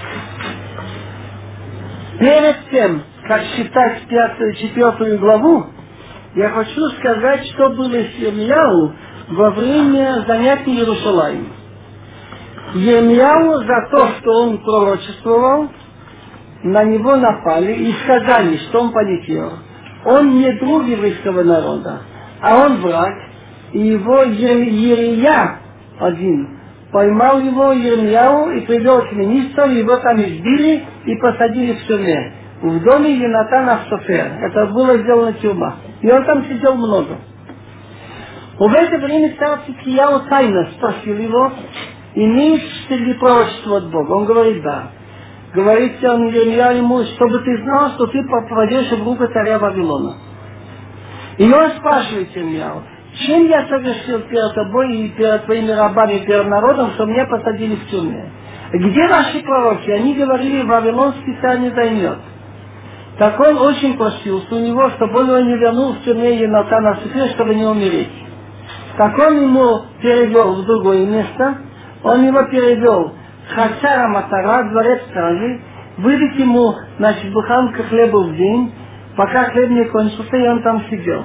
Перед тем, как читать 4 главу, я хочу сказать, что было с Ирмияу во время занятий Иерусалима. Ирмияу за то, что он пророчествовал, на него напали и сказали, что он полетел. Он не друг еврейского народа, а он враг. И его Ерия один поймал его Ирмияу и привел к министру, его там избили и посадили в тюрьме. В доме Йонатана Софер. Это было сделано тюрьма. И он там сидел много. В это время царь Цидкияу тайно спросил его, имеешь ли пророчество от Бога? Он говорит, да. Говорит он Ирмияу ему, чтобы ты знал, что ты попадешь в руку царя Вавилона. И он спрашивает Ирмияу, чем я совершил перед тобой и перед твоими рабами, перед народом, что меня посадили в тюрьме? Где ваши пророки? Они говорили, Вавилонский царь не займет. Так он очень просился у него, чтобы он его не вернул в тюрьме Йонатана Софер, чтобы не умереть. Так он ему перевел в другое место, он его перевел в Хацара Матара, дворец стражи, выдать ему, значит, буханку хлеба в день, пока хлеб не кончился, и он там сидел.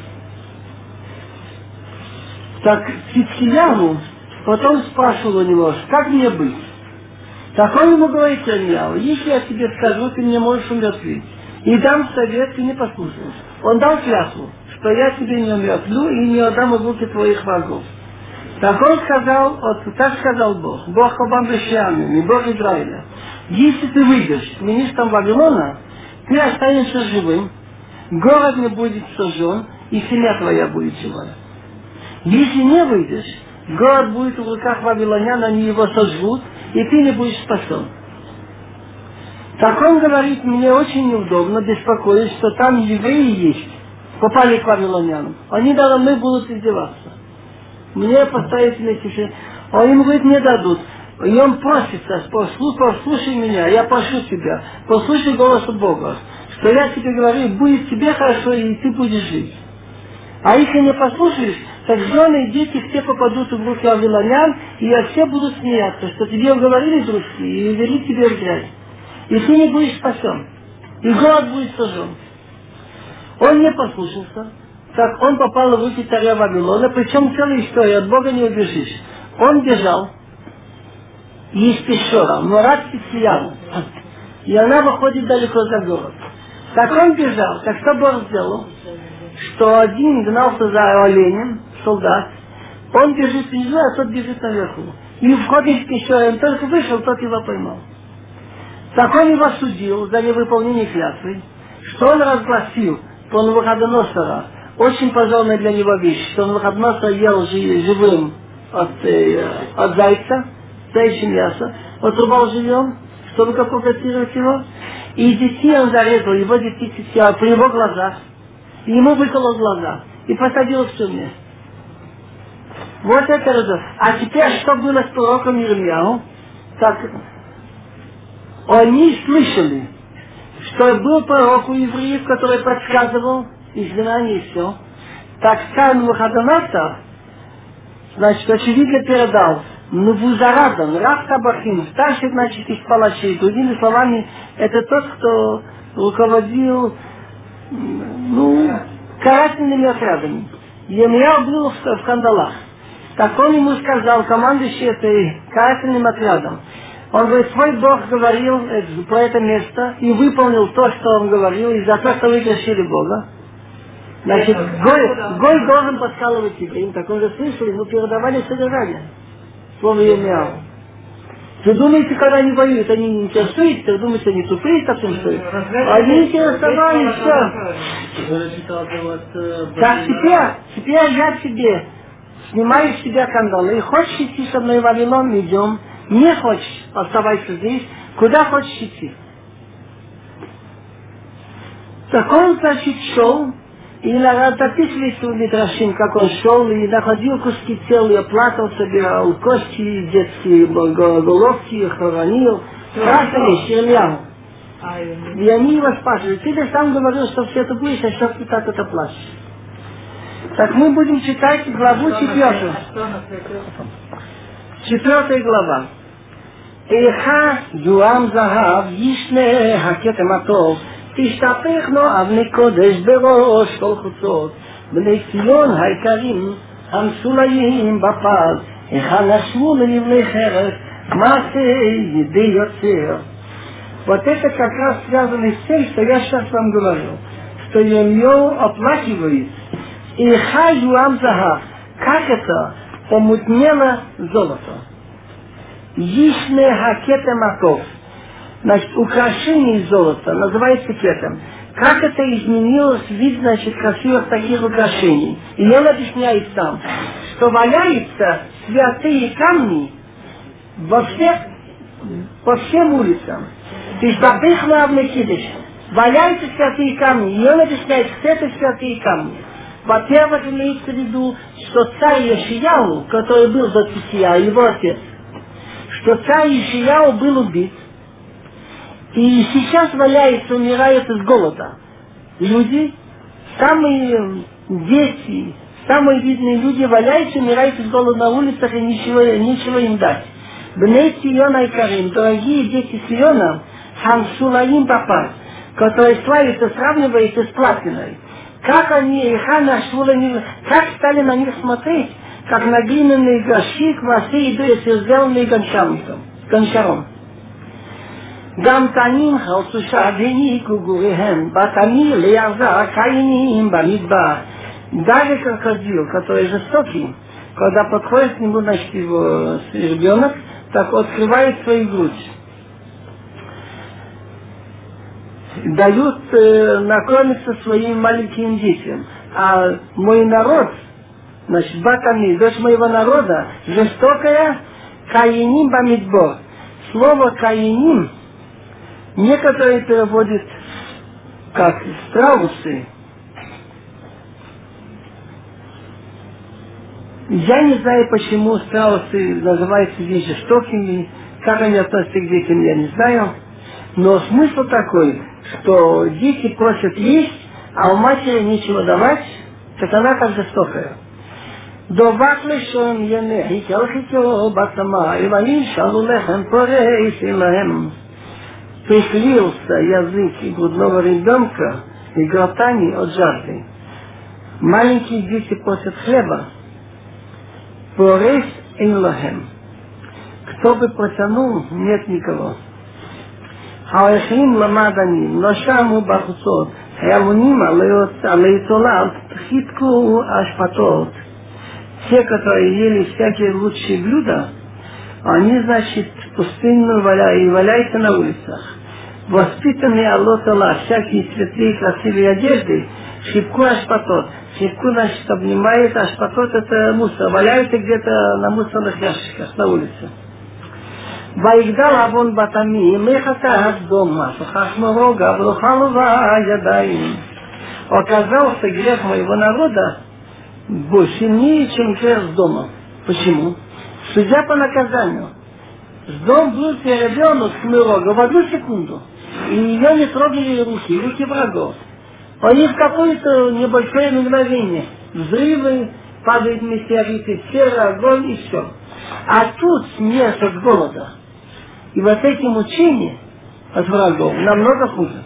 Так Цидкияу потом спрашивал у него, как мне быть? Так он ему говорит, Ирмияу, если я тебе скажу, ты мне можешь умертвить. И дам совет, ты не послушаешь. Он дал клятву, что я тебе не умертвлю и не отдам в руки твоих врагов. Так он сказал, вот так сказал Бог, Бог Хабам Бешиамин, и Бог Израиля. Если ты выйдешь министром Вавилона, ты останешься живым, город не будет сожжен, и семья твоя будет живая. Если не выйдешь, город будет в руках вавилонян, они его сожгут, и ты не будешь спасен. Так он говорит, мне очень неудобно, беспокоюсь, что там евреи есть, попали к вавилонянам. Они должны будут издеваться. Мне поставить на тишину. Он им говорит, не дадут. И он просится, послушай меня, я прошу тебя, послушай голос Бога, что я тебе говорю, будет тебе хорошо, и ты будешь жить. А если не послушаешь, так жены и дети все попадут в руки вавилонян, и все будут смеяться, что тебе уговорили русские, и ввели тебе в грязь. И ты не будешь спасен. И город будет сожжен. Он не послушался. Так он попал в руки царя Вавилона, причем целая история, от Бога не убежишь. Он бежал из пещера, Мурат Цидкияу, и она выходит далеко за город. Так он бежал, так что Бог сделал? Что один гнался за оленем, солдат, он бежит внизу, а тот бежит наверху. И входит в пещеру, он только вышел, тот его поймал. Так он его судил за невыполнение клятвы, что он разгласил по Навуходоносора, очень позорная для него вещь, что Навуходоносор ел живым от зайца, заячье мясо, отрубал живем, чтобы как фотографировать его, и детей он зарезал, его детей при его глазах, и ему выколол глаза, и посадил в тюрьме. Вот это разок. А теперь, что было с пророком Ирмияу? Так, они слышали, что был пророк у евреев, который подсказывал изгнание и все. Так царь Навуходоносор, значит, очевидно передал Навузарадан, Рав Табахин, старший, значит, из палачей. Другими словами, это тот, кто руководил, карательными отрядами. Ирмияу был в кандалах. Так он ему сказал, командующий этой карательным отрядом, он говорит, свой Бог говорил про это место и выполнил то, что он говорил, и за то, что вы грешили Бога. Значит, Гой должен подкалывать евреям, так он же слышал, ему передавали содержание. Слово Ирмияу. Вы думаете, когда они воюют, они не интересуются, вы думаете, они тупые таким стоят? Они интересовались, все. Так, теперь я тебе снимаю с себя кандалы, хочешь идти со мной в Вавилон, идем. Не хочешь, оставайся здесь, куда хочешь идти. Так он, значит, шел, и записывается в Мидрашим, как он шел, и находил куски тел, и плакал, собирал кости, детские головки, хоронил. Страшная вещь, Ирмияу. И они его спрашивают, ты же сам говорил, что все это будешь, а что ты так это плачешь? Так мы будем читать главу 4. 4 глава. Эха юам захав ишне хакетем атов תשתפכנו אבני קודש בראש כל חוצות בני ציון העיקרים המסולאים בפז היכן נשמו לנבלי חרס מעשה ידי יוצר. Вот это как раз связано с тем, что я сейчас вам говорю, что ее оплакивает и хаюам захав, как это помутнело золото. Ишне хакетем атов. Значит, украшение из золота называется кетом. Как это изменилось вид, значит, красивых таких украшений? И он объясняет там, что валяются святые камни по всем улицам. То есть, таких главных кидыш. Валяются святые камни. И он объясняет, что это святые камни. Во-первых, имеется в виду, что царь Йошияу, который был за Цисия, его отец, что царь Йошияу был убит, и сейчас валяется, умирает из голода. Люди, самые дети, самые видные люди валяются, умирают из голода на улицах, и ничего им дать. Бней Цион Айкарим, дорогие дети Сиона, Хамсулаим Папар, которые славятся, сравниваются с платиной. Как они, как стали на них смотреть, как на глиняные горшки, квасы и дырцы, сделанные гончаром. גם תנים חלצו שהעניקו גוריהם, בתמיר ליעזר קיינים במדבר. Даже крокодил, который жестокий, когда подходит к нему, значит, его ребенок, так открывает свою грудь. Дают накормиться своим маленьким детям. А мой народ, значит, Батами, дочь моего народа, жестокая, каиним бамидбор. Слово каиним некоторые переводят как страусы. Я не знаю, почему страусы называются здесь жестокими, как они относятся к детям, я не знаю. Но смысл такой, что дети просят есть, а у матери нечего давать, так она как жестокая. דובק לשון ינך, יקלחיתו בתמה, אלוהים שאלו לכם פורש אלוהם. Прихлился язык грудного ребенка и гортани от жажды. Маленькие дети просят хлеба. Порез элохем. Кто бы протянул, нет никого. Хаэхим ламаданим, ношаму бахуцот, хаямуним алейтолат, хитку ашпатот. Те, которые ели всякие лучшие блюда, они, значит, пустынную валяются на улицах. Воспитанные аллотала, всякие цветные красивые одежды, шипку ашпатот. Шипку, значит, обнимает, ашпатот это мусор. Валяются где-то на мусорных ящиках на улице. Ваигдал авон батами, мехата дома, сухашмаро гаврухалова ядаим. Оказался грех моего народа сильнее, чем грех с дома. Почему? Судя по наказанию, с дом был перевернут с мирога в одну секунду, и ее не трогали руки врагов. У них какое-то небольшое мгновение, взрывы, падают метеориты, сера, огонь и все. А тут смерть от голода. И вот эти мучения от врагов намного хуже.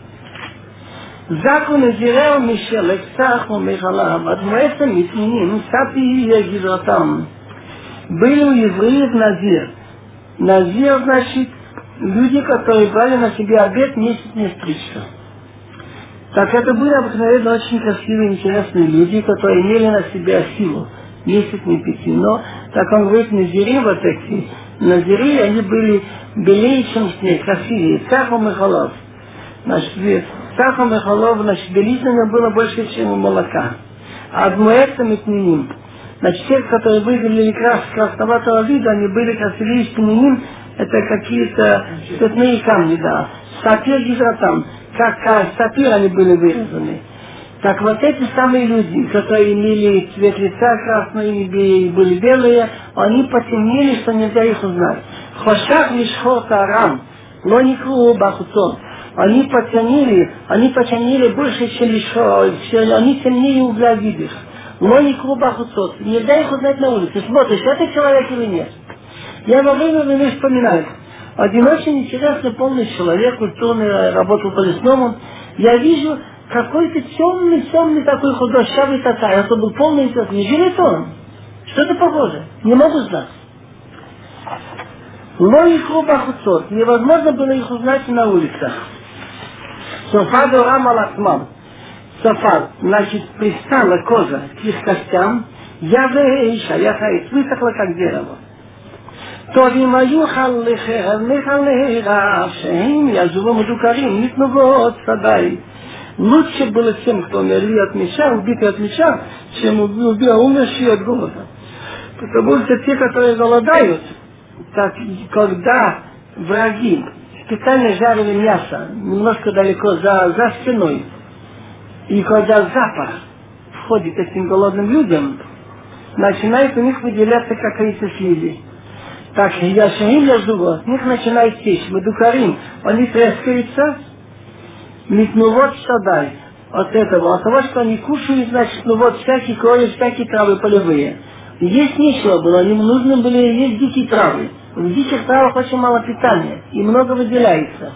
Закон Израиля Мишелек Саху Михалам, от Моэса Митниним, Сапи Егидратам. Были у евреев назир. Назир, значит, люди, которые брали на себя обет месяц не стричься. Так это были обыкновенно очень красивые, интересные люди, которые имели на себя силу. Месяц не пить. Но, так он говорит, назири вот эти. Назири, они были белее, чем снег, красивее. Саху Михалов. Значит, Саху Михалов, значит, белизна было больше, чем у молока. А от Моэса Митниним. Значит, те, которые выглядели красноватого вида, они были красивее стениним, это какие-то цветные камни, да. Сапир гидратам, как сапир они были вырезаны. Так вот эти самые люди, которые имели цвет лица красный и были белые, они потемнели, что нельзя их узнать. Хошах лишхот арам, лоникру бахуцон. Они потемнели больше, чем лишхот, они темнее угля видишь. Лоникру бахуцот. Нельзя их узнать на улице. Смотришь, это человек или нет. Я во время войны вспоминаю. Один очень интересный, полный человек, культурный, работал по лесному. Я вижу какой-то темный такой худощавый татар. Это был полный интерес. Неужели это он? Что-то похоже. Не могу знать. Лоиху бахуцот. Невозможно было их узнать на улицах. Софа дора малахмам. Софа, значит, пристала кожа к их костям. Я вейша, я хаит, высохла как дерево. טובים היו מחלרה שהם יעזבו מדוקרים, מתנובות садай. Лучше было тем, кто умерли от меча, убитый от меча, чем умершие от голода. Потому что те, которые голодают, так, когда враги специально жарили мясо немножко далеко за стеной, и когда запах входит этим голодным людям, начинает у них выделяться какие-то слизы. Так, яшаим язуво, с них начинает течь, медукарим, они трескаются, метнувот садай, от этого, от того, что они кушают, значит, ну вот всякие крови, всякие травы полевые. Есть нечего было, им нужно были есть дикие травы. В диких травах очень мало питания, и много выделяется.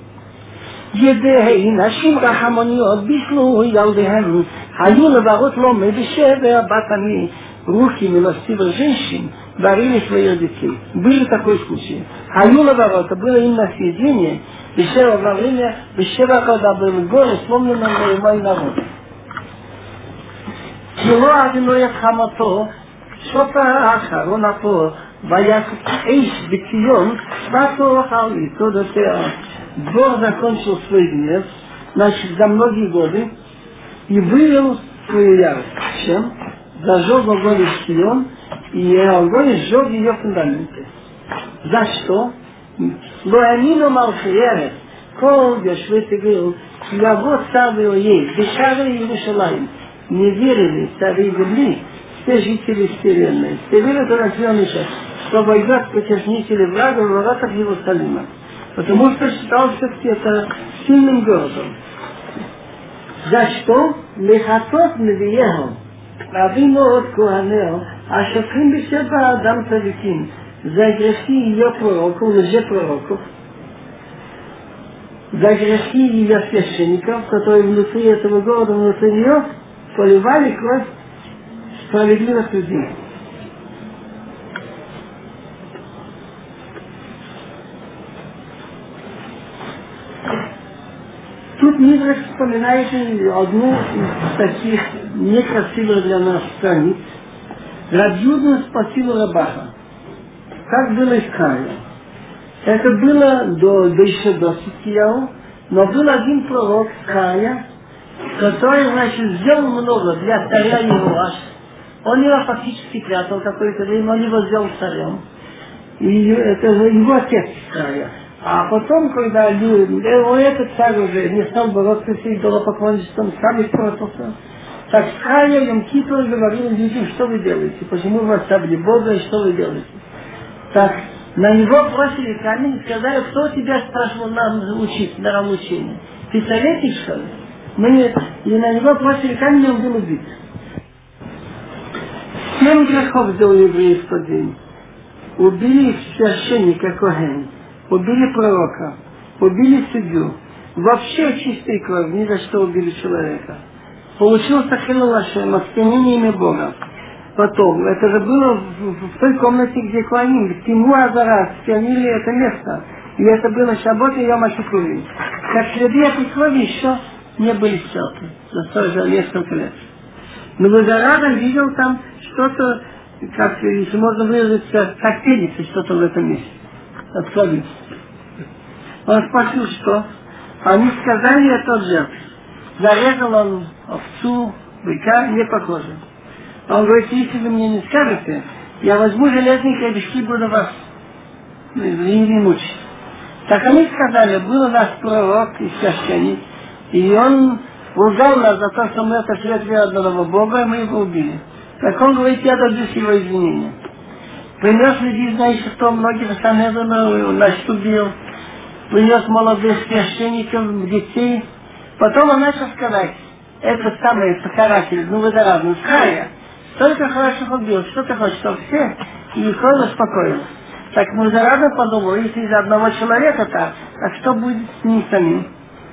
ידי נשים רחמוניות בישלו ילדיהם, היו לברות לו בשבע בת עמי, руки милостивых женщин дарили своих детей. Были такой случаи. Хаю лаварот, было им на съедение, бешева во время, бешева, когда был горе, сломлено мой народ. Кило одиное хамото, шопа ахарона по, ваяк эйш битион, свато хали, то до теа. Бог закончил свой гнев, значит, за многие годы, и вывел свою ярость. Чем? Зажег огонь в Сион, и огонь сжег ее фундаменты. За что? Лоамину малхиерет, кол яшвет игрил, яго ставил ей, дешавы Иерушалаим. Не верили цари земли, все жители вселенной. Все верят в рожденный час, что войдет потешнители врага в воротах Иерусалима. Потому что считался все-таки это сильным городом. За что? Лехатот невиехал. Авину от Куанео, а шотрим бешеба Адам Цадиким. За грехи ее пророков, лжепророков. За грехи ее священников, которые внутри этого города, внутри нее, поливали кровь справедливых людей. Тут Мидраш вспоминает одну из таких некрасивых для нас страниц. Раб Юда спросил Рабаха, как было из Кая. Это было еще до Ситияу, но был один пророк Кая, который, значит, сделал много для царя Иоаш. Он его фактически прятал какое-то время, он его сделал царем. И это его отец Кая. А потом, когда этот царь уже не стал бороться с идолопоклонничеством, сам испортился, так Кая Йом Кипур говорил людям, что вы делаете, почему вы оставили Бога и что вы делаете. Так на него бросили камень и сказали, кто тебя спрашивал нам учить, даром учения. Ты советник, что ли? И на него бросили камень, и он был убит. 7 грехов сделал евреи в тот день. Убили священника Коэн. Убили пророка, убили судью. Вообще чистой кровью, ни за что убили человека. Получился хилул Ашем, осквернение имя Бога. Потом, это же было в той комнате, где Коаним, Тиму Азара, осквернили это место. И это было Шаббот и Йом ха-Шукурим. Как следы этой крови еще не были стерты. За несколько лет. Но Возарадом видел там что-то, как, если можно выразиться, как пенится что-то в этом месте. От крови. Он спросил, что? Они сказали, это жертв. Зарезал он овцу, быка, не похоже. Он говорит, если вы мне не скажете, я возьму железные крепежки, буду вас не мучить. Так они сказали, был у нас пророк и священник, и он лгал нас за то, что мы отошли от одного Бога, и мы его убили. Так он говорит, я дождусь его извинения. Принес людей, знаете, что многих Санедринов, значит, убил. Принес молодых священников, детей. Потом он начал сказать, этот самый каратель, Возарадный, Кая, столько хороших убил, что ты хочешь, чтобы все, и кровь успокоилась. Так Музарадон подумал, если из одного человека так что будет с ним самим?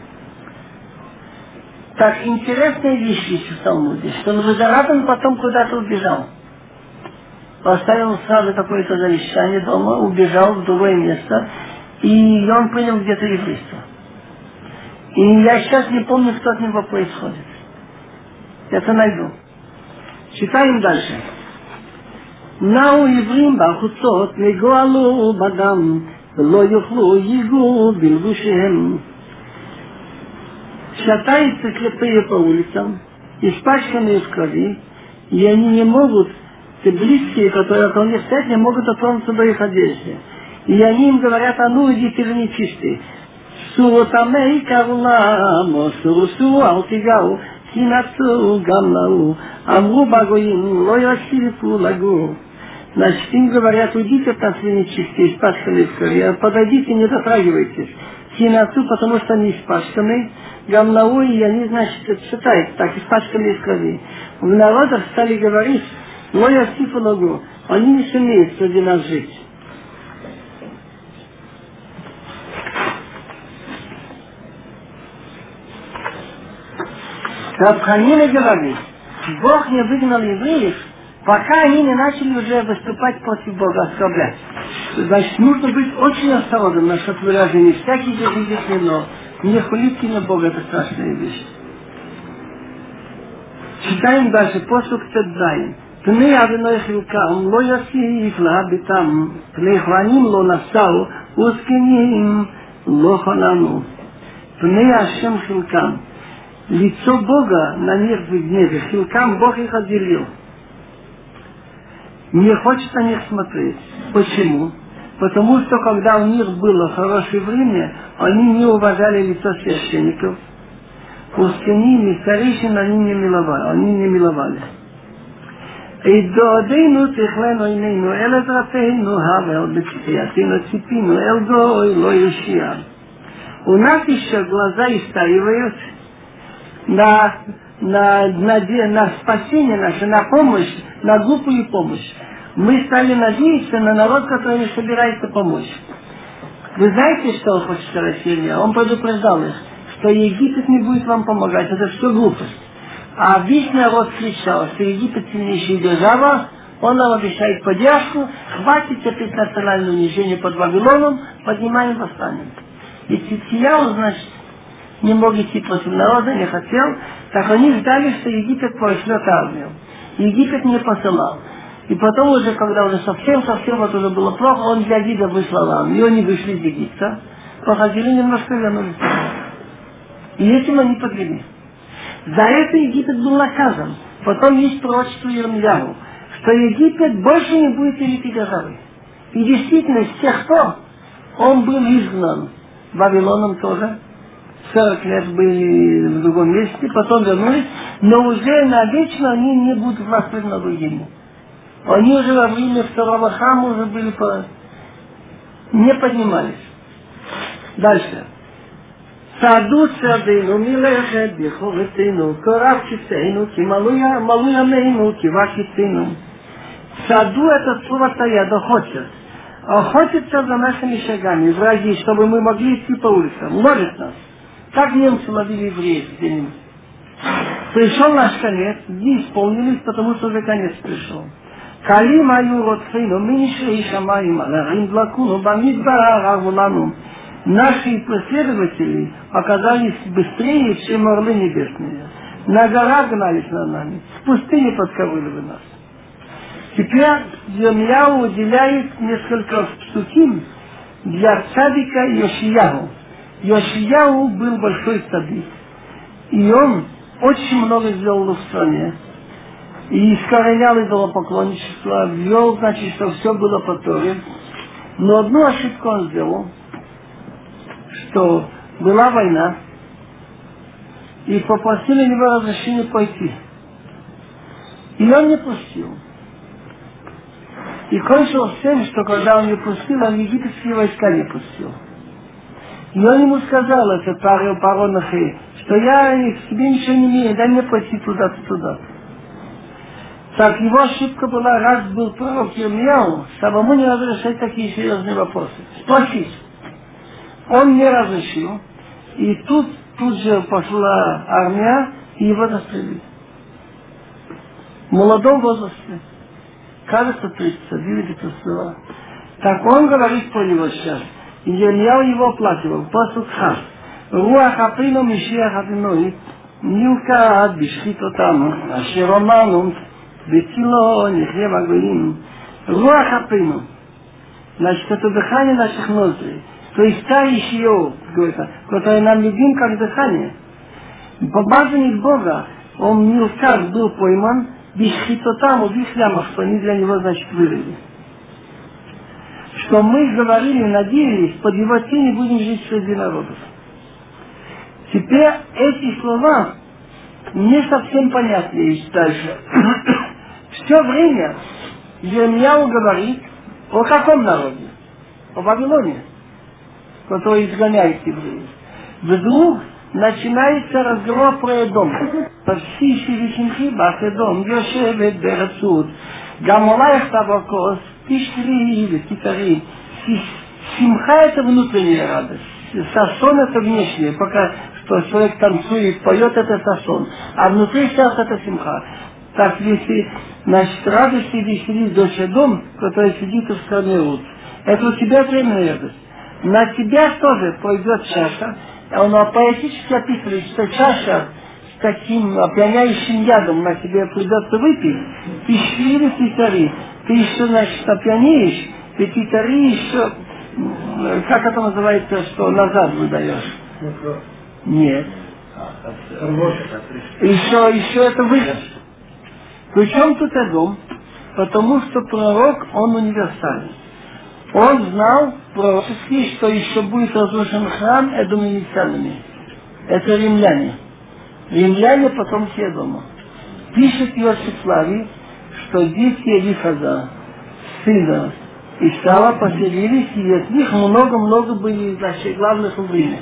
Так интересная вещь есть в Талмуде, что Музарадон потом куда-то убежал. Поставил сразу какое-то завещание дома, убежал в другое место, и он принял где-то еврейство. И я сейчас не помню, что от него происходит. Это найду. Читаем дальше. נאו עברים בחוצות לגואלו בדם ולא יוכלו ייגעו בלבושיהם. Шатаются слепые по улицам, испачканные в крови, и они не могут, те близкие, которые около них стоят, не могут дотронуться до их одежды. И они им говорят: а ну идите вы нечистые. Сурутамей кавуламо, сурусу алтигау, кинацу гамнау, амру багоим, лоясилипу лагу. Значит, им говорят: уйдите от нас, вы нечистые, испачканные в крови, подойдите, не дотрагивайтесь. Кинацу, потому что они испачканы, гамнау, и они, значит, считают так, испачканные в крови. В народах стали говорить: лоясилипу лагу, они не сумеют среди нас жить. Рав Ханина говорит: Бог не выгнал евреев, пока они не начали уже выступать против Бога, оскорблять. Значит, нужно быть очень осторожным насчет выражений. Всякий видит но не хулите на Бога, это страшная вещь. Читаем дальше, посук Тедзайн. Пней авиной хилкам, ло ясиф лабитам, пней хваним ло насау, ускиним ло ханану. Пней ашем хилкам. Лицо Бога на них в гневе. Хилкам Бог их отделил. Не хочет на них смотреть. Почему? Потому что когда у них было хорошее время, они не уважали лицо священников. Ускиними старейшин они не миловали. И до одейну тихлену инейну, элезратейну хавел беципиятину ципину, элгой лоишия. У нас еще глаза истаивают на спасение наше, на помощь, на глупую помощь. Мы стали надеяться на народ, который не собирается помочь. Вы знаете, что он хочет России? Он предупреждал их, что Египет не будет вам помогать. Это все глупость. А весь народ кричал, что Египет сильнейшая держава, он нам обещает поддержку, хватит терпеть национальное унижение под Вавилоном, поднимаем восстание. И Цитхияу, значит, не мог идти против народа, не хотел, так они ждали, что Египет пошлет армию. Египет не посылал. И потом уже, когда уже совсем вот уже было плохо, он для вида выслал армию. И они вышли из Египта, походили немножко, вернулись. И этим они подвели. За это Египет был наказан. Потом есть пророчество Ирмияу, что Египет больше не будет великой державой. И действительно, с тех пор он был изгнан Вавилоном тоже. 40 лет были в другом месте, потом вернулись, но уже навечно они не будут властвовать над другими. Они уже во время второго храма уже были не поднимались. Дальше. Саду цадейну милехет биховетейну, коравчицейну, кималуя мейну, кивакицейну. Саду это слово стоят, охотят. Охотятся за нашими шагами, враги, чтобы мы могли идти по улицам, ловят нас. Как немцы ловили евреев где-нибудь. Пришел наш конец, дни исполнились, потому что уже конец пришел. Кали мою родфейну, минише и шамаим, аларим блакуну, бамидбара равулану. Наши последователи оказались быстрее, чем орлы небесные. На горах гнались над нами, в пустыне подковыливали нас. Теперь земля уделяет несколько псуким для цадика Йошияу. Йошияу был большой цадик. И он очень много сделал в стране. И искоренял идолопоклонничество, ввел, значит, что все было по Торе. Но одну ошибку он сделал, что была война, и попросили его разрешения пойти. И он не пустил. И кончилось тем, что когда он не пустил, он египетские войска не пустил. И он ему сказал, это Паронахи, что я к себе ничего не имею, дай мне пойти туда-то. Так его ошибка была, раз был пророк Ирмияу, самому не разрешать такие серьезные вопросы. Спросить. Он не разрешил. И тут же пошла армия, и его застрелили. В молодом возрасте. Кажется, 30 или 32. Так он говорит про него сейчас. И Ирмияу его оплакивал. Посуд Ха. Руах Апину Мишиах Адиной. Нилка Ад Бишхитотану. Ашероману. Бецило Нихем Агоим. Руах Апину. Значит, это дыхание наших ноздрей. То есть та еще, которая нам любим как дыхание. Помазанник Бога, он Нилкар был пойман, Бишхитотану, в их ямах, что они для него, значит, вырыли. Что мы говорили, надеялись, под его тенью будем жить среди народов. Теперь эти слова не совсем понятны есть дальше. Все время Ирмияу говорит о каком народе? О Вавилоне, который изгоняет евреев. Вдруг начинается разговор про Эдом. Всиши вишимхи бах Эдом, Йошевет берацут, Гамолаях табакос, Тишри или Китари. Симха это внутренняя радость. Сасон это внешнее, пока что человек танцует, поет, это сасон. А внутри сердца это симха. Так если, значит, радость и веселись дочь Эдом, которая сидит в стране Руд. Это у тебя временная радость. На тебя тоже пойдет чаша. Он поэтически описывает, что чаша с таким опьяняющим ядом на тебе придется выпить. Ты шли титари. Ты еще, значит, опьянеешь, ты титари еще, как это называется, что назад выдаешь? Нет. Еще это выход. Причем тут Эдом? Потому что пророк, он универсальный. Он знал пророчески, что еще будет разрушен храм эдоминицянами. Это римляне. Римляне потомки Эдома. Пишет Иосиф Флавий, что дети Элифаза, сына Исава, поселились, и от них много-много были, значит, главных в Риме.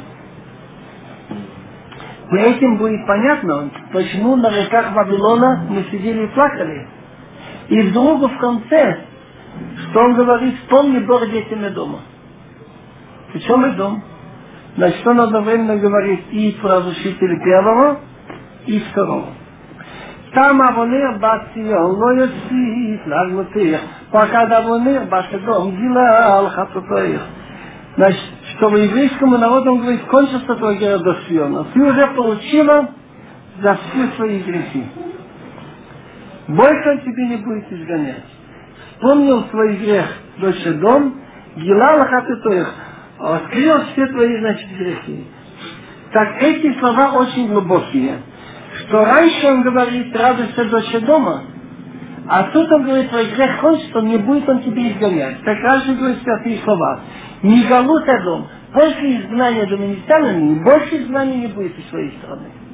По этим будет понятно, почему на реках Вавилона мы сидели и плакали. И вдруг в конце, что он говорит, вспомни Бог детям Эдома. Причем Эдом? Значит, он одновременно говорит и про разрушителя первого, и второго. Там Авонер Бацион, Лоясиф, Лаглотех, пока Авонер Башедом, Гила Алхатотоих. Значит, что еврейскому народу он говорит, кончился твой грех до Сиона. Ты уже получила за все свои грехи. Больше он тебе не будет изгонять. Вспомнил свой грех, дочь Эдом, Гила Алхатотоих, открыл все твои, значит, грехи. Так эти слова очень глубокие. Что раньше он говорит, радуйся дочь Эдома, а тут он говорит, твой грех кончится, не будет он тебе изгонять. Так раньше говорит святые слова. Не галут Эдом. После изгнания доминицянами, больше изгнания не будет из своей страны.